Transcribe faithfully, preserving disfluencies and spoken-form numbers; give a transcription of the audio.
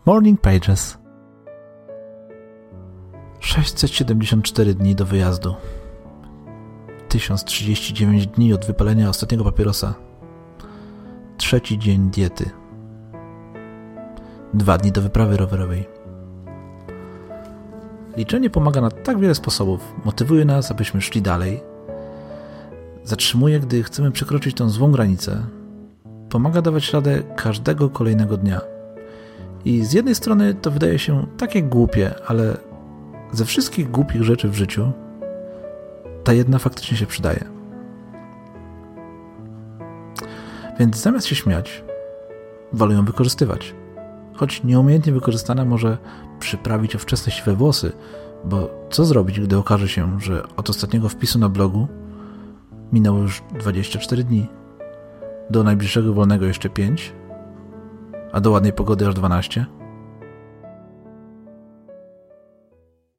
Morning Pages. sześćset siedemdziesiąt cztery dni do wyjazdu. tysiąc trzydzieści dziewięć dni od wypalenia ostatniego papierosa. Trzeci dzień diety. Dwa dni do wyprawy rowerowej. Liczenie pomaga na tak wiele sposobów. Motywuje nas, abyśmy szli dalej. Zatrzymuje, gdy chcemy przekroczyć tą złą granicę. Pomaga dawać radę każdego kolejnego dnia. I z jednej strony to wydaje się takie głupie, ale ze wszystkich głupich rzeczy w życiu ta jedna faktycznie się przydaje. Więc zamiast się śmiać, wolę ją wykorzystywać. Choć nieumiejętnie wykorzystana może przyprawić o wczesne siwe włosy, bo co zrobić, gdy okaże się, że od ostatniego wpisu na blogu minęło już dwadzieścia cztery dni, do najbliższego wolnego jeszcze pięć, a do ładnej pogody aż dwanaście?